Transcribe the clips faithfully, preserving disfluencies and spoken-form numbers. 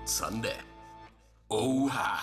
Sunday. Oha.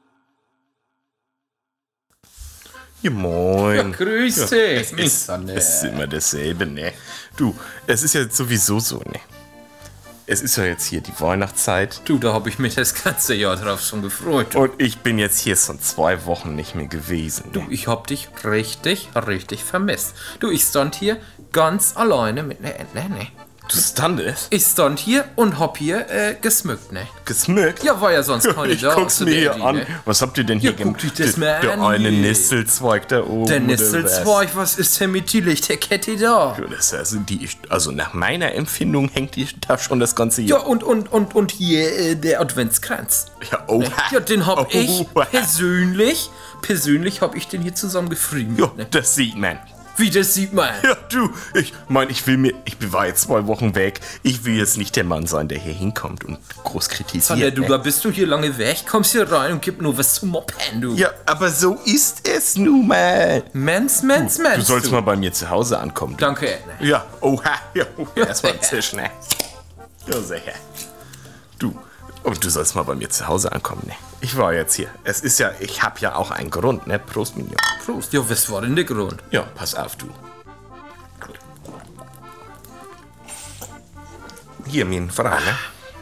Ja, moin. Ja, grüß Ja, dich. es, ist, es ist immer dasselbe, ne? Du, es ist ja jetzt sowieso so, ne? Es ist ja jetzt hier die Weihnachtszeit. Du, da habe ich mich das ganze Jahr drauf schon gefreut. Und ich bin jetzt hier schon zwei Wochen nicht mehr gewesen. Du, ich hab dich richtig, richtig vermisst. Du, ich stand hier ganz alleine mit ne, ne, ne. Du standest? Ich stand hier und hab hier äh, gesmückt, ne? Gesmückt? Ja, war ja sonst keine Ich da. guck's mir hier an. Ne? Was habt ihr denn hier Ja, guck dich das gemacht? mal Der an eine hier. Nistelzweig da oben. Der oder Nistelzweig, was ist denn mit die Lichterkette da? was? Ja, das ist also, die, also nach meiner Empfindung hängt die da schon das ganze Ja, Jahr. und, und, und, und hier äh, der Adventskranz. Ja, oh. Ja, den hab Oh. ich persönlich, persönlich hab ich den hier zusammengefrieben. Ja, Ne? das sieht man. Wie, das sieht man. Ja, du, ich mein, ich will mir, ich war jetzt zwei Wochen weg. Ich will jetzt nicht der Mann sein, der hier hinkommt und groß kritisiert. Sander, du, ne? da bist du hier lange weg, kommst hier rein und gib nur was zu moppen, du. Ja, aber so ist es nun mal. Mens, mens, mens. Du sollst mal bei mir zu Hause ankommen. Du. Danke, ne? Ja, oha, ja, oh, erstmal ein Tisch, ne? Ja, sicher. Du, und du sollst mal bei mir zu Hause ankommen, ne? Ich war jetzt hier. Es ist ja, ich hab ja auch einen Grund, ne? Prost, Mignon. Prost. Ja, was war denn der Grund? Ja, pass auf, du. Hier, mein Frau, ne?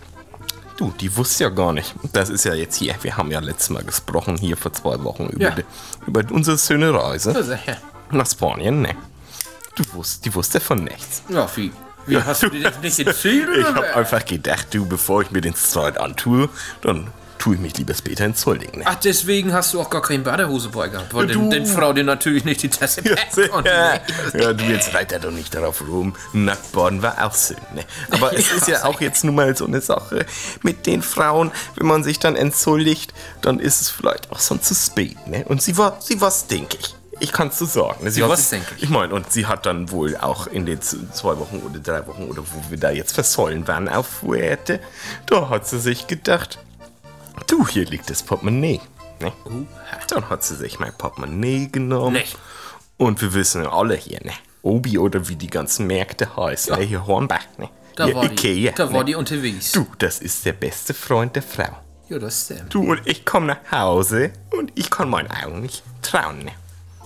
Du, die wusste ja gar nicht. Das ist ja jetzt hier. Wir haben ja letztes Mal gesprochen, hier vor zwei Wochen, über, Ja. die, über unsere schöne Reise Ja, sicher. nach Spanien, ne? Du wusst, die wusste von nichts. Ja, wie? Wie, hast du dir das nicht erzählt, Ich oder? hab einfach gedacht, du, bevor ich mir den Streit antue, dann tue ich mich lieber später entschuldigen, ne? Ach, deswegen hast du auch gar keine Badehose bei gehabt, weil Ja, den, du. den Frau dir natürlich nicht die Tasse packen konnte. Ja, ne? ja, du, jetzt reiter doch nicht darauf rum. Nacktbaden war auch schön, ne? Aber es Ja, ist ja auch jetzt nun mal so eine Sache mit den Frauen, wenn man sich dann entschuldigt, dann ist es vielleicht auch schon zu spät, ne? Und sie war, sie war stinkig. Ich kann's so sagen. Ne? Sie hat war sich- stinkig. Ich meine, und sie hat dann wohl auch in den z- zwei Wochen oder drei Wochen oder wo wir da jetzt versäulen waren auf Fuerte, da hat sie sich gedacht, du, hier liegt das Portemonnaie. Ne? Dann hat sie sich mein Portemonnaie genommen. Nee. Und wir wissen ja alle hier, ne? Obi oder wie die ganzen Märkte heißen, ne? Hier Hornbach, ne? Da, hier war, Ikea, die, da war ne? die unterwegs. Du, das ist der beste Freund der Frau. Ja, das stimmt. Du, und ich komme nach Hause und ich kann meinen Augen nicht trauen, ne?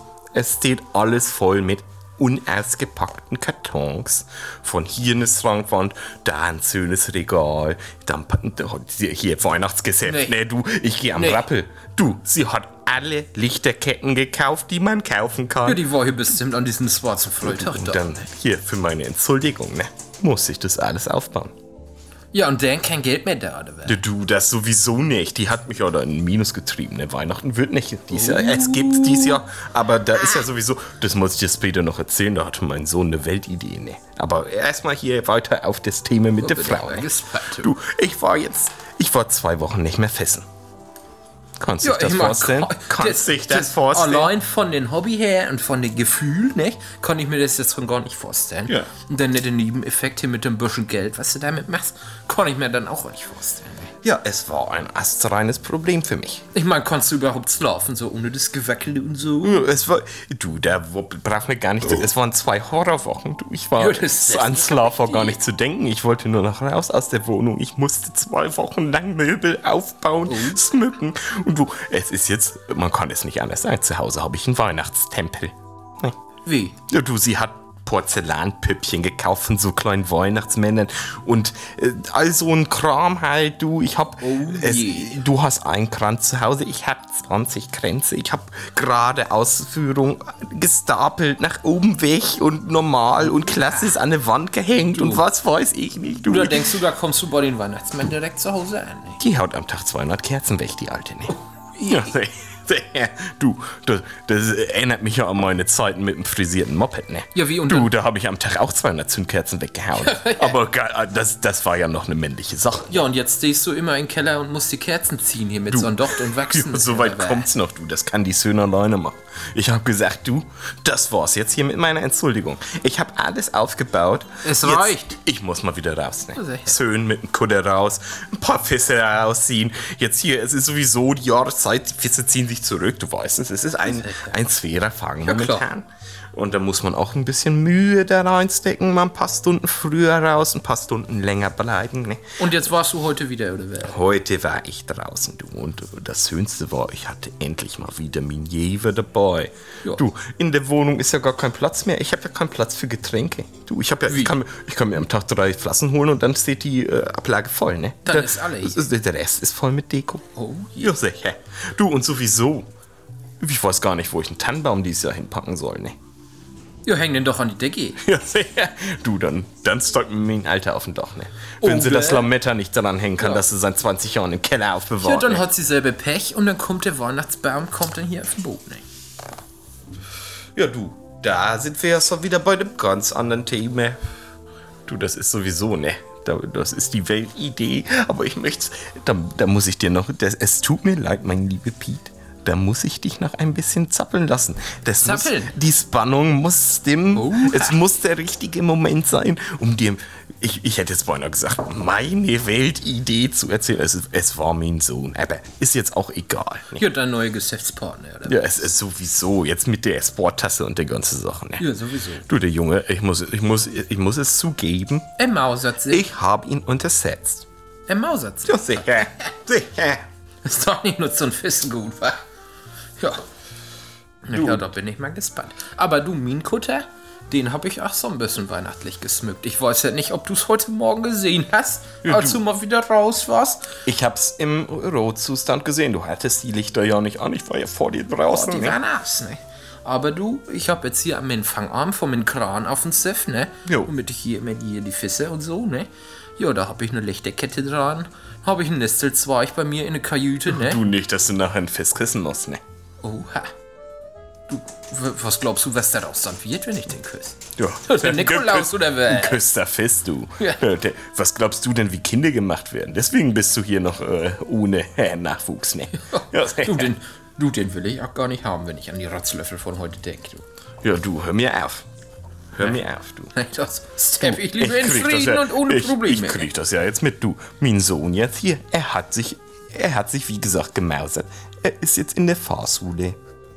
Es steht alles voll mit unausgepackten Kartons. Von hier eine Schrankwand, da ein schönes Regal, dann hier Weihnachtsgeschäft. Nee. Nee, du, ich gehe am Nee. Rappel. Du, sie hat alle Lichterketten gekauft, die man kaufen kann. Ja, die war hier bestimmt an diesem schwarzen Freitag Und da. dann hier für meine Entschuldigung, ne? Muss ich das alles aufbauen. Ja, und dann kein Geld mehr da, oder was? Du, Du, das sowieso nicht. Die hat mich ja da in den Minus getrieben. Ne? Weihnachten wird nicht dieses Jahr. Es gibt's dieses Jahr, aber da ist ja sowieso, das muss ich dir später noch erzählen, da hatte mein Sohn eine Weltidee. Ne? Aber erstmal hier weiter auf das Thema mit der bin ich Frau. mal Ne? gespannt, du. Du, ich war jetzt, ich war zwei Wochen nicht mehr fessen. Kannst du Ja, dich das ich mein, vorstellen? kann- Kannst du dich das vorstellen? Allein von den Hobby her und von dem Gefühl, ne, kann ich mir das jetzt schon gar nicht vorstellen. Ja. Und dann der Nebeneffekt hier mit dem bisschen Geld, was du damit machst, kann ich mir dann auch nicht vorstellen. Ne? Ja, es war ein astreines Problem für mich. Ich meine, kannst du überhaupt schlafen, so ohne das Gewackel und so? Ja, Es war, du, da wo- braucht mir gar nicht, es waren zwei Horrorwochen, du, ich war, Ja, das ist an echt Schlaf war gar nicht zu denken, ich wollte nur noch raus aus der Wohnung, ich musste zwei Wochen lang Möbel aufbauen, schmücken und du, es ist jetzt, man kann es nicht anders sagen, zu Hause habe ich einen Weihnachtstempel. Ne? Wie? Ja, du, sie hat Porzellanpüppchen gekauft von so kleinen Weihnachtsmännern und äh, all so ein Kram halt, du, ich hab, es, je. du hast einen Kranz zu Hause, ich hab zwanzig Kränze, ich hab gerade Ausführung gestapelt, nach oben weg und normal und klassisch an der Wand gehängt und was weiß ich nicht, du. Oder denkst du, da kommst du bei den Weihnachtsmännern direkt zu Hause an? Ne? Die haut am Tag zweihundert Kerzen weg, die Alte, ne? Ja, du, das, das erinnert mich ja an meine Zeiten mit dem frisierten Moped, ne? Ja, wie, und Du, dann- da habe ich am Tag auch zweihundert Zündkerzen weggehauen. Aber ge- das, das war ja noch eine männliche Sache. Ja, und jetzt stehst du immer im Keller und musst die Kerzen ziehen hier mit so einem Docht und Wachsen. Ja, so weit Aber- kommt's noch, du. Das kann die Söhne alleine machen. Ich habe gesagt, du, das war's jetzt hier mit meiner Entschuldigung. Ich habe alles aufgebaut. Es jetzt, reicht. Ich muss mal wieder raus, ne? Sicher. Söhne mit dem Kutter raus, ein paar Fisse rausziehen. Jetzt hier, es ist sowieso die Jahreszeit, die Fisse ziehen sich nicht zurück, du weißt es. Es ist ein, ein schwerer Fang Ja, klar. momentan. Und da muss man auch ein bisschen Mühe da reinstecken, mal ein paar Stunden früher raus, ein paar Stunden länger bleiben. Ne? Und jetzt warst du heute wieder, oder wer? Heute war ich draußen, du. Und das Schönste war, ich hatte endlich mal wieder mein Jever dabei. Ja. Du, in der Wohnung ist ja gar kein Platz mehr. Ich habe ja keinen Platz für Getränke. Du, ich, hab ja, ich, kann, ich kann mir am Tag drei Flaschen holen und dann steht die äh, Ablage voll, ne? Dann der, ist alles. das ist, der Rest ist voll mit Deko. Oh, ja, sicher. Du, und sowieso, ich weiß gar nicht, wo ich einen Tannenbaum dieses Jahr hinpacken soll, ne? Ja, häng den doch an die Decke. Ja, sicher. Du, dann, dann stockt mir mein Alter auf dem Dach, ne? Wenn sie Oder- das Lametta nicht daran hängen kann, Ja. dass sie seit zwanzig Jahren im Keller Ja, aufbewahrt. dann ne? hat sie selber Pech und dann kommt der Weihnachtsbaum, kommt dann hier auf den Boden. Ja, du, da sind wir ja so wieder bei einem ganz anderen Thema. Du, das ist sowieso, ne? Da, das ist die Weltidee. Aber ich möchte, da, da muss ich dir noch, das, es tut mir leid, mein lieber Piet. Da muss ich dich noch ein bisschen zappeln lassen. Das muss, Zappeln? die Spannung muss stimmen. Oh. Es muss der richtige Moment sein, um dir, ich, ich hätte jetzt beinahe gesagt, meine Weltidee zu erzählen. Es, ist- es war mein Sohn, aber ist jetzt auch egal. Ne? Ja, dein neuer Geschäftspartner, oder? Ja, es ist sowieso, jetzt mit der Sporttasse und der ganzen Sache. Ne? Ja, sowieso. Du, der Junge, ich muss, ich muss, ich muss es zugeben, Er mausert sich. ich habe ihn untersetzt. Er mausert sich. Ja, sicher, sicher. Ist doch nicht nur so ein Fissengut, wa? Ja. Na Ja, da bin ich mal gespannt. Aber du, Minkutter, den habe ich auch so ein bisschen weihnachtlich geschmückt. Ich weiß ja nicht, ob du es heute Morgen gesehen hast, als du. mal wieder raus warst. Ich hab's im Rotzustand gesehen. Du hattest die Lichter ja nicht an. Ich war ja vor dir draußen. Oh, die ne? waren aus, ne? Aber du, ich habe jetzt hier am Empfangarm von meinem Kran auf dem Siff, ne? Jo. Womit ich hier mit hier die Fisse und so, ne? Ja, da habe ich eine Lichterkette dran. Habe ich einen Nestelzweig bei mir in der Kajüte, ne? Du nicht, dass du nachher ein Fest küssen musst, ne? Oha. Du, w- was glaubst du, was daraus dann wird, wenn ich den küsse? Ja. Der Nikolaus oder wer? Ein Küster Fest, du. Ja. Ja, der- Was glaubst du denn, wie Kinder gemacht werden? Deswegen bist du hier noch äh, ohne äh, Nachwuchs, ne? Ja, Du den, du, den will ich auch gar nicht haben, wenn ich an die Rotzlöffel von heute denke. Du. ja, du, hör mir auf. Hör mir auf, du. Das stepp ich lieber in krieg das Frieden ja, und ohne ich, Probleme. Ich krieg das ja jetzt mit, du. Mein Sohn jetzt hier, er hat sich, er hat sich, wie gesagt, gemausert. Er ist jetzt in der Fahrschule.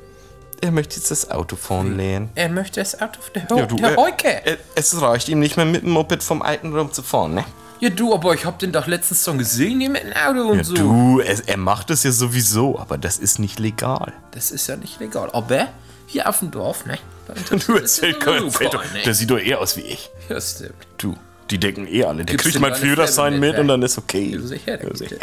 Er möchte jetzt das Autofahren lernen. Er möchte es out of the ho Ja, du, der äh, Heuke. äh, es reicht ihm nicht mehr mit dem Moped vom Alten rumzufahren, ne? Ja, du, aber ich hab den doch letztens schon gesehen hier mit dem Auto und Ja, so. du, es, er macht es ja sowieso, aber das ist nicht legal. Das ist ja nicht legal. Aber hier auf dem Dorf, ne? Da Du interessiert erzählst sich keinen sowieso Fett. keiner, ne? Der sieht doch eher aus wie ich. Ja, stimmt. Du, die denken eh alle. Der Gibst kriegt du mal deine Führerschein Fläche mit mit, und ne? dann ist okay. Ja, sicher, Ja, ja, sicher.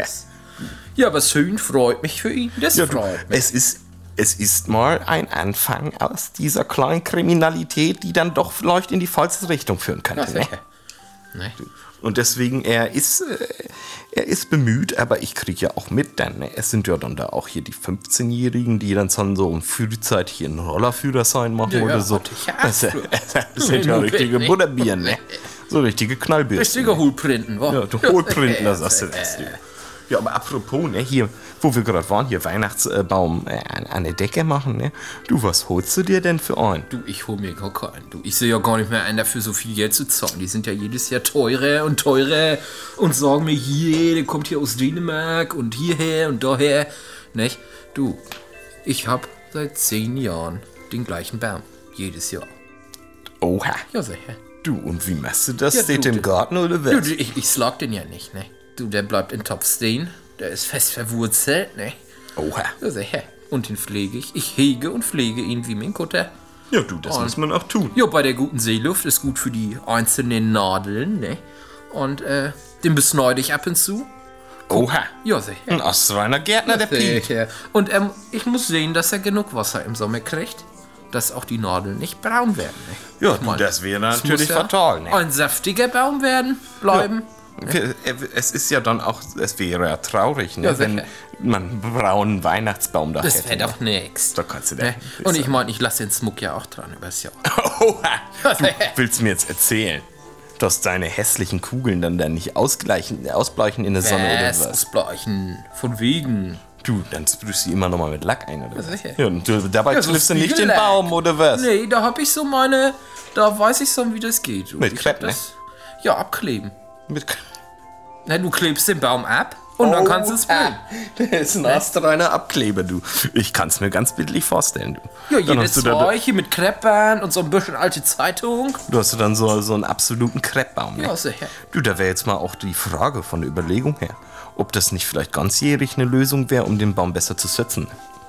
ja, aber schön, freut mich für ihn. Das Ja, du, freut mich. es ist, es ist mal ein Anfang aus dieser kleinen Kriminalität, die dann doch vielleicht in die falsche Richtung führen Ja, könnte. Ne? sicher. Ne? Und deswegen, er ist, äh, er ist bemüht, aber ich kriege ja auch mit dann. Ne? Es sind ja dann da auch hier die fünfzehnjährigen, die dann schon so um frühzeitig hier einen Rollerführerschein machen Ja, ja, oder so. hatte ich ja Das, auch das, früher. das sind ja richtige Ne? Butterbieren, ne? So richtige Knallbirsten. Richtiger Hohlprinten, wa? Ja, du Hohlprinten, das sagst du das, du. Ja, aber apropos, ne, hier, wo wir gerade waren, hier Weihnachtsbaum äh, an, an der Decke machen, ne? Du, was holst du dir denn für einen? Du, ich hol mir gar keinen. Du, ich sehe ja gar nicht mehr einen dafür, so viel Geld zu zahlen. Die sind ja jedes Jahr teurer und teurer und sagen mir, hier, der kommt hier aus Dänemark und hierher und daher. Nicht? Du, ich hab seit zehn Jahren den gleichen Baum. Jedes Jahr. Oha. Ja, sicher. Du, und wie machst du das? Ja, Steht du, im du- Garten oder Du, was? du, ich, ich slag den ja nicht, ne? Du, der bleibt in Topf stehen. Der ist fest verwurzelt, ne? Oha. Ja, sicher. Und den pflege ich. Ich hege und pflege ihn wie mein Kutter. Ja, du, das Und- muss man auch tun. Ja, bei der guten Seeluft ist gut für die einzelnen Nadeln, ne? Und äh, den beschneide ich ab und zu. Oha. Ja, sicher. Ein astreiner Gärtner, der Piet. Sicher. Und ähm, ich muss sehen, dass er genug Wasser im Sommer kriegt, dass auch die Nadeln nicht braun werden. Ne? Ja, Ich du, mein, das wäre es natürlich muss ja fatal, ne? ein saftiger Baum werden, bleiben. Es ist ja dann auch, es wäre ja traurig, ne, Ja, sicher. wenn man einen braunen Weihnachtsbaum da Das hätte. wäre ne? doch nix. Da kannst du da. Ne? Und ich meine, ich lasse den Smuck ja auch dran übers Jahr. Oha. Du willst mir jetzt erzählen, dass deine hässlichen Kugeln dann, dann nicht ausgleichen, ausbleichen in der Sonne oder Was? was? Ausbleichen. Von wegen. Du, dann sprühst du die immer noch mal mit Lack ein, oder was? sicher. Ja, und du, dabei Ja, so triffst du nicht den Spiegellack. Baum, oder was? Nee, da hab ich so meine. Da weiß ich so, wie das geht. Du. Mit Ich Krepp, hab das- Ja, abkleben. Mit, Na, du klebst den Baum ab Und dann kannst du es sprayen. Das ist ein astreiner Abkleber, du. Ich kann es mir ganz bildlich vorstellen, du. Ja, Dann jedes hast du da- Zeug hier mit Kreppern und so ein bisschen alte Zeitung. Du hast dann so, so einen absoluten Kreppbaum, ne? Ja, sicher. Du, da wäre jetzt mal auch die Frage von der Überlegung her, ob das nicht vielleicht ganzjährig eine Lösung wäre, um den Baum besser zu schützen.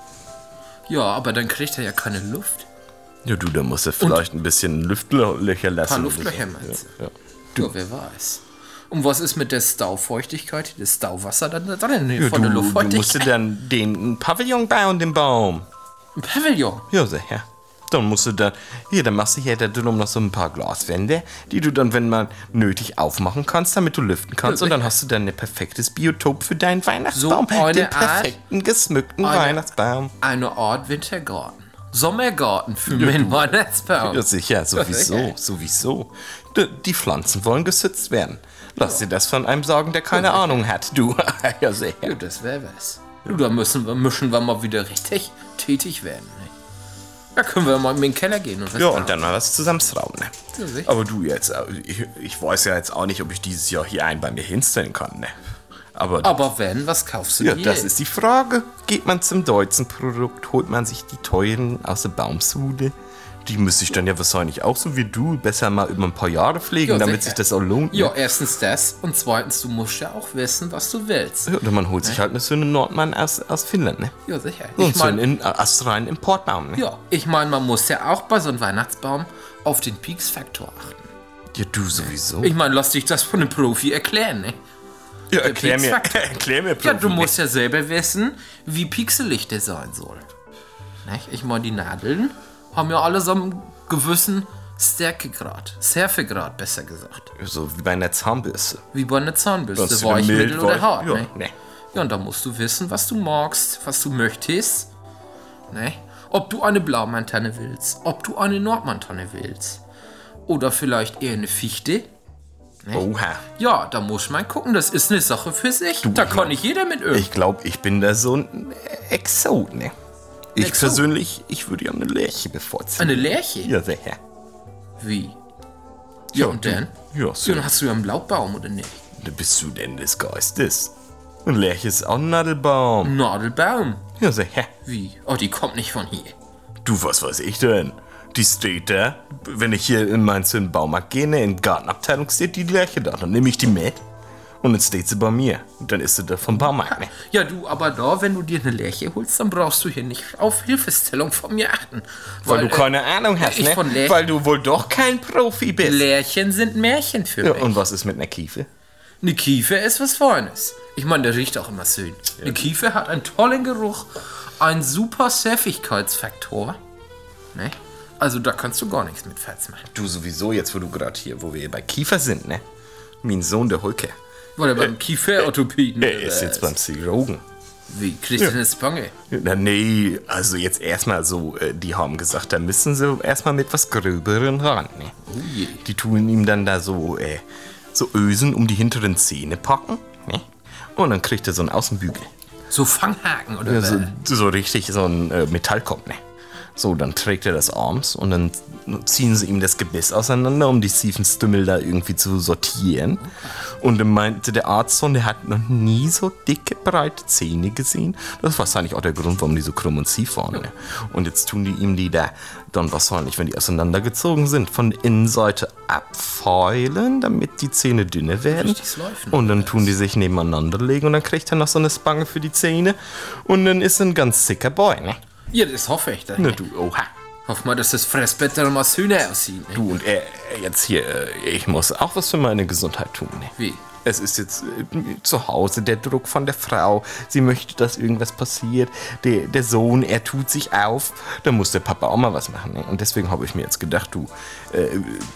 Ja, aber dann kriegt er ja keine Luft. Ja, du, da musst du vielleicht ein bisschen Luftlöcher lassen. Ein paar oder so. Luftlöcher meinst Ja, ja. Ja, wer weiß. Und was ist mit der Staufeuchtigkeit, das Stauwasser dann da drin Ja, von du, der du musst dir Luftfeuchtigkeit? dann den Pavillon bauen, den Baum. Ein Pavillon. Ja, sicher. Dann musst du dann, hier, dann machst du hier da drum noch so ein paar Glaswände, die du dann, wenn man nötig, aufmachen kannst, damit du lüften kannst. Ja, und dann sicher. hast du dann ein perfektes Biotop für deinen Weihnachtsbaum. So eine den Art- perfekten, geschmückten eine- Weihnachtsbaum. Eine Art Wintergarten. Sommergarten für meinen Weihnachtsbaum. Ja, sicher, sowieso, sowieso. Die, die Pflanzen wollen geschützt werden. Lass dir das von einem sagen, der keine Ahnung hat, du. Ja, sicher. Ja, das wäre was. Du, da müssen wir, müssen wir mal wieder richtig tätig werden. Ne? Da können wir mal in den Keller gehen und was Ja, bauen. und dann mal was zusammenschrauben, ne? Ja, sicher. Aber du jetzt, äh, ich, ich weiß ja jetzt auch nicht, ob ich dieses Jahr hier einen bei mir hinstellen kann, ne? Aber, Aber wenn, was kaufst du ja, dir? das ist die Frage. Geht man zum deutschen Produkt, holt man sich die teuren aus der Baumsude? Die müsste ich dann ja wahrscheinlich auch so wie du besser mal über ein paar Jahre pflegen, Ja, damit sicher. sich das auch lohnt. Ja, Ne? erstens das und zweitens, du musst ja auch wissen, was du willst. Ja, oder man holt sich halt eine schöne Nordmann aus, aus Finnland, ne? Ja, sicher. Und Ich so einen meine, in- astreinen Importbaum, ne? ja, ich mein, man muss ja auch bei so einem Weihnachtsbaum auf den Peaks-Faktor achten. Ja, du sowieso. Ich meine, lass dich das von einem Profi erklären, ne? ja, erklär mir, Peaks-Faktor. erklär mir, Ja, du Profi, musst ja selber wissen, wie pixelig der sein soll. Nicht? Ich meine, die Nadeln haben ja alle so einen gewissen Stärkegrad, Schärfegrad besser gesagt. ne? So wie bei einer Zahnbürste. Wie bei einer Zahnbürste, Sonst weich, mild, mittel oder weich. hart. Ja, ne? ne. Ja, und da musst du wissen, was du magst, was du möchtest. Ne? Ob du eine Blaumantanne willst, ob du eine Nordmantanne willst. Oder vielleicht eher eine Fichte. Oha. Ja, da muss man gucken, das ist eine Sache für sich. da ich kann mein- nicht jeder mit üben. Ich glaube, ich bin da so ein Exot, ne? Ich Exot? persönlich, ich würde ja eine Lerche bevorzugen. Eine Lerche? Ja, sicher. Wie? Ja, und dann? Ja, so. Ja, dann hast du ja einen Laubbaum, oder nicht? Da bist du denn des Geistes. Eine Lerche ist auch ein Nadelbaum. Nadelbaum. Ja, sicher. Wie? Oh, die kommt nicht von hier. Du, was weiß ich denn? Die steht da. Wenn ich hier in meinen in den Baumarkt gehe, ne, in die Gartenabteilung steht die Lerche da. Dann nehme ich die mit und dann steht sie bei mir. Und dann ist sie da vom Baumarkt, ne? Ja, du, aber da, wenn du dir eine Lerche holst, dann brauchst du hier nicht auf Hilfestellung von mir achten. Weil, du äh, keine Ahnung hast, ich ne? von Lerchen- Weil du wohl doch kein Profi bist. Lärchen sind Märchen für Ja, mich. und was ist mit einer Kiefer? Eine Kiefer ist was Feines. Ich meine, der riecht auch immer schön. Eine Kiefer hat einen tollen Geruch, einen super Säftigkeitsfaktor. Ne? Also da kannst du gar nichts mit falsch machen. Du sowieso, jetzt wo du gerade hier, wo wir hier bei Kiefer sind, ne? Mein Sohn, der Holke, Weil er beim Kieferorthopäden er ist jetzt beim Chirurgen. Wie? Kriegst du eine Spange? Na nee, also jetzt erstmal so, äh, die haben gesagt, da müssen sie erstmal mit was Gröberen ran, ne? Oh je. Die tun ihm dann da so, äh, so Ösen um die hinteren Zähne packen, ne? Und dann kriegt er so einen Außenbügel. So Fanghaken oder Ja, was? so, so richtig so ein äh, Metallkopf, ne? So, dann trägt er das abends und dann ziehen sie ihm das Gebiss auseinander, um die tiefen Stümmel da irgendwie zu sortieren. Und dann meinte der Arzt schon, der hat noch nie so dicke, breite Zähne gesehen. Das ist wahrscheinlich auch der Grund, warum die so krumm und schief waren. Ne? Und jetzt tun die ihm die da dann wahrscheinlich, wenn die auseinandergezogen sind, von der Innenseite abfeilen, damit die Zähne dünner werden. Richtig schleifen, Und dann oder tun die sich nebeneinander legen und dann kriegt er noch so eine Spange für die Zähne. Und dann ist er ein ganz sicker Boy, ne? Ja, das hoffe ich dann. Na du, oha. Hoff mal, dass das Fressbett dann mal schöner aussieht. Ne? Du und er, jetzt hier, äh, ich muss auch was für meine Gesundheit tun. Ne? Wie? Es ist jetzt äh, zu Hause der Druck von der Frau. Sie möchte, dass irgendwas passiert. Der, der Sohn, er tut sich auf. Da muss der Papa auch mal was machen. Ne? Und deswegen habe ich mir jetzt gedacht, du, äh,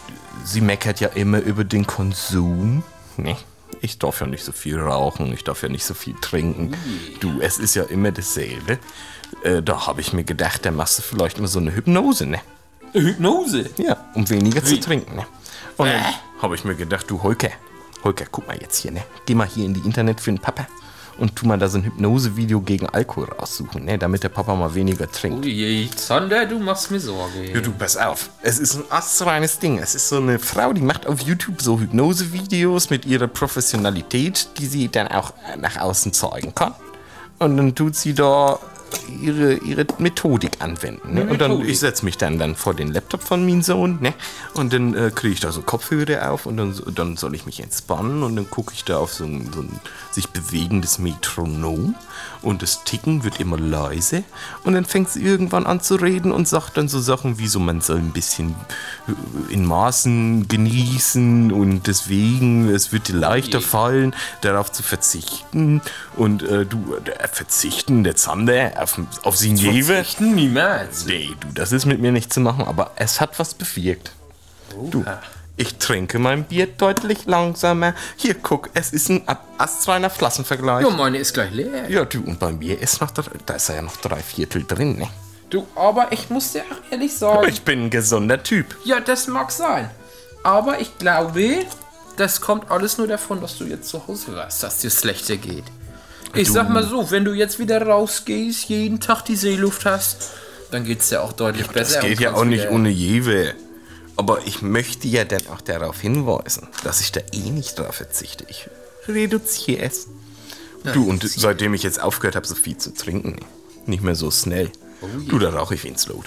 sie meckert ja immer über den Konsum. Ne? Ich darf ja nicht so viel rauchen, ich darf ja nicht so viel trinken. Du, es ist ja immer dasselbe. Äh, da habe ich mir gedacht, da machst du vielleicht mal so eine Hypnose, ne? Hypnose? Ja, um weniger Wie? zu trinken, ne? Und dann Äh? habe ich mir gedacht, du Holker, Holker, guck mal jetzt hier, ne? Geh mal hier in die Internet für den Papa und tu mal da so ein Hypnose-Video gegen Alkohol raussuchen, ne? Damit der Papa mal weniger trinkt. Ui, Zander, du machst mir Sorge. Ja, du, pass auf. Es ist ein astreines Ding. Es ist so eine Frau, die macht auf YouTube so Hypnose-Videos mit ihrer Professionalität, die sie dann auch nach außen zeigen kann. Und dann tut sie da ihre, ihre Methodik anwenden. Ne? Und dann, Methodik. ich setze mich dann, dann vor den Laptop von meinem Sohn, ne? Und dann äh, kriege ich da so Kopfhörer auf und dann, so- dann soll ich mich entspannen und dann gucke ich da auf so ein, so ein sich bewegendes Metronom und das Ticken wird immer leise und dann fängt sie irgendwann an zu reden und sagt dann so Sachen wie so, man soll ein bisschen äh, in Maßen genießen und deswegen, es wird dir leichter fallen, darauf zu verzichten und äh, du, äh, verzichten, der Zander, auf, auf sie Jewe. Verzichten niemals. Nee, du, das ist mit mir nicht zu machen, aber es hat was bewirkt. Du, ich trinke mein Bier deutlich langsamer. Hier, guck, es ist ein astreiner Flassenvergleich. Ja, meine ist gleich leer. Ja, du, und bei mir ist noch, dr- da ist ja noch drei Viertel drin, ne? Du, aber ich muss dir auch ehrlich sagen, Ich bin ein gesunder Typ. ja, das mag sein. Aber ich glaube, das kommt alles nur davon, dass du jetzt zu Hause warst, dass dir schlechter geht. Ich sag mal so, wenn du jetzt wieder rausgehst, jeden Tag die Seeluft hast, dann geht's ja auch deutlich besser. Das geht und ja kannst auch nicht wieder- ohne Jewe. Aber ich möchte ja dann auch darauf hinweisen, dass ich da eh nicht drauf verzichte. Ich reduziere es. Du, und seitdem ich jetzt aufgehört habe, so viel zu trinken, nicht mehr so schnell. Du, da rauche ich wie ein Slot.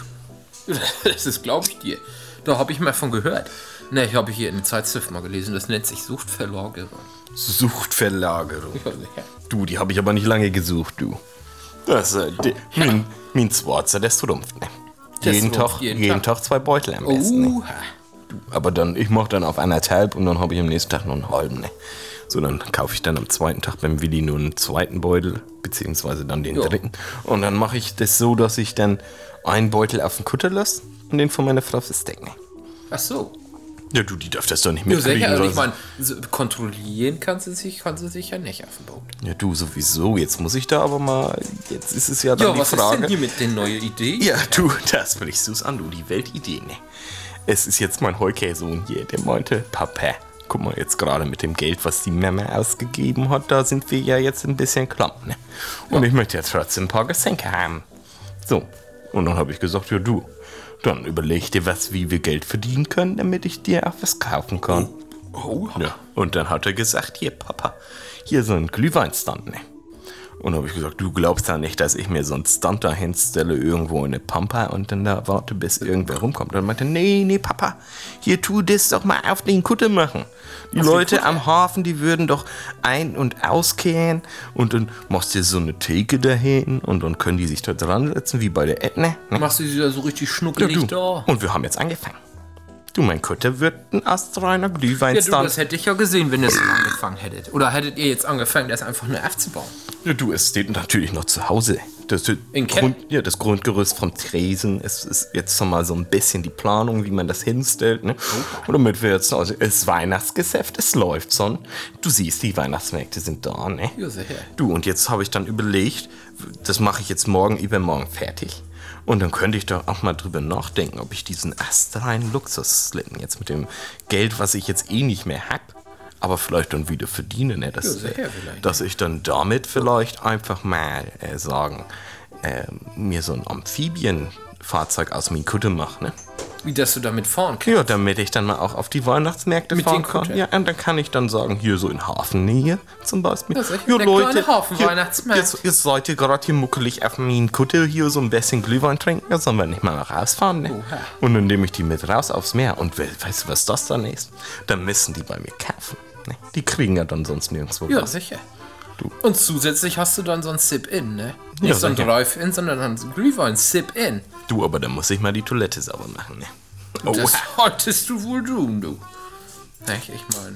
Das ist, glaube ich dir. Da habe ich mal von gehört. Ne, ich habe hier in der Zeitschrift mal gelesen, das nennt sich Suchtverlagerung. Suchtverlagerung. Ja, sicher. Du, die habe ich aber nicht lange gesucht, du. Das ist äh, die- mein, mein Schwarzer, der trumpft, ne? Der Jeden trumpft Tag, jeden jeden Tag. Tag zwei Beutel am besten, ne? Uh, Aber dann, ich mache dann auf anderthalb und dann habe ich am nächsten Tag noch einen halben, ne? So, dann kaufe ich dann am zweiten Tag beim Willi nur einen zweiten Beutel, beziehungsweise dann den Ja. dritten. Und dann mache ich das so, dass ich dann einen Beutel auf den Kutter lasse und den von meiner Frau verstecke, ne? ach so. Ja, du, die darf das doch nicht Ja, mitkriegen. sicher, aber ich sonst- meine, so, kontrollieren kann sie sich, kann sie sich ja nicht auf dem Boot. ja, du, sowieso. Jetzt muss ich da aber mal, jetzt ist es ja dann Ja, die was Frage. ist denn hier mit den neuen Ideen? Ja, du, das sprichst du's an, du, die Weltidee, ne? Es ist jetzt mein Heukäsohn hier, der meinte, Papa, guck mal, jetzt gerade mit dem Geld, was die Mama ausgegeben hat, da sind wir ja jetzt ein bisschen klamm, ne? Und ich möchte jetzt trotzdem ein paar Geschenke haben. So, und dann habe ich gesagt, ja, du, dann überleg dir was, wie wir Geld verdienen können, damit ich dir auch was kaufen kann. Oh, Ja, und dann hat er gesagt, hier, Papa, hier so ein Glühweinstand, ne? Und habe ich gesagt, du glaubst ja nicht, dass ich mir so einen Stand da hinstelle irgendwo in der Pampa und dann da warte, bis irgendwer rumkommt. Und dann meinte, nee, nee, Papa, hier tu das doch mal auf den Kutter machen. Die Leute am Hafen, die würden doch ein- und auskehren und dann machst du so eine Theke dahin und dann können die sich da dran setzen, wie bei der Ätna. Ne? machst du sie da so richtig Ja, schnuckelig du. da? Und wir haben jetzt angefangen. Du, mein Kutter wird ein astreiner Ja, du, Glühweinstand. das hätte ich ja gesehen, wenn ihr es angefangen hättet. Oder hättet ihr jetzt angefangen, das einfach nur aufzubauen? Ja, du, es steht natürlich noch zu Hause. Das, In Grund, ja, das Grundgerüst vom Tresen. Es ist jetzt schon mal so ein bisschen die Planung, wie man das hinstellt. Ne? Und damit wir jetzt, also, es ist Weihnachtsgeschäft, es läuft schon. Du siehst, die Weihnachtsmärkte sind da, ne? Ja, sicher. Du, und jetzt habe ich dann überlegt, das mache ich jetzt morgen, übermorgen fertig. Und dann könnte ich doch auch mal drüber nachdenken, ob ich diesen astreinen Luxus-Slitten jetzt mit dem Geld, was ich jetzt eh nicht mehr hab, aber vielleicht dann wieder verdiene, ne? Das, Ja, sicher vielleicht. dass ich dann damit vielleicht einfach mal äh, sagen, äh, mir so ein Amphibienfahrzeug aus meinem Kutter mache, ne? Wie, dass du damit fahren kannst. Ja, damit ich dann mal auch auf die Weihnachtsmärkte Mit fahren dem kann. Kutter? Ja, und dann kann ich dann sagen, hier so in Hafennähe zum Beispiel. Ja, sicher, der kleine Hafen-Weihnachtsmarkt. Jetzt, jetzt seid ihr gerade hier muckelig auf meinen Kutter hier so ein bisschen Glühwein trinken, da sollen wir nicht mal rausfahren, ne? Oha. Und dann nehme ich die mit raus aufs Meer. Und we weißt du, was das dann ist? Dann müssen die bei mir kaufen. Ne? Die kriegen ja dann sonst nirgendwo Ja, was. sicher. Du. Und zusätzlich hast du dann so ein Sip-In, ne? Nicht Ja, so ein sicher. Drive-In, sondern ein Glühwein-Sip-In. Du, aber dann muss ich mal die Toilette sauber machen, ne? Oh, Das solltest du wohl tun, du. Echt, ich meine,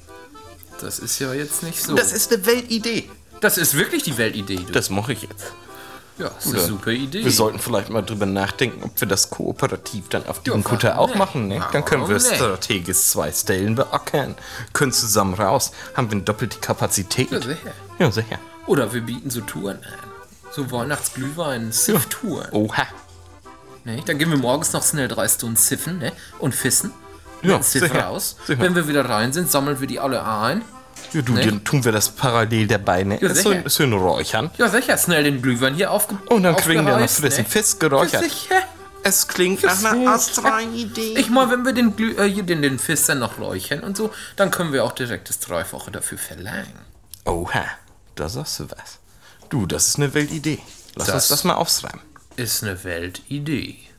das ist ja jetzt nicht so. das ist eine Weltidee. Das ist wirklich die Weltidee, du. Das mache ich jetzt. Ja, das ist eine super Idee. Wir sollten vielleicht mal drüber nachdenken, ob wir das kooperativ dann auf diesem Ja, Kutter warum auch nicht? machen. Ne? Dann können wir Warum nicht? strategisch zwei Stellen beackern. Können zusammen raus. Haben wir doppelt die Kapazität. Ja, sicher. Ja, sicher. Oder wir bieten so Touren an. So Weihnachtsglühwein, Siff-Touren. Oha. Ne? Dann gehen wir morgens noch schnell drei Stunden siffen, ne? Und fissen. Ja, Siff sicher. raus. Sicher. Wenn wir wieder rein sind, sammeln wir die alle ein. Ja, du, Ne? dann tun wir das parallel dabei, ne? Ja, so, sicher. so ein Räuchern. Ja, sicher, schnell den Glühwein hier aufge... Und dann kriegen wir noch aufgeheizt, frischen ne? Fisch geräuchert. Ja, sicher. Es klingt nach einer astralen Idee. Ich meine, wenn wir den, Glüh, äh, hier den, den Fisch dann noch räuchern und so, dann können wir auch direkt das Dreifache dafür verlangen. Oha, da sagst du was. Du, das ist eine Weltidee. Lass Das- uns das mal aufschreiben. Ist eine Weltidee.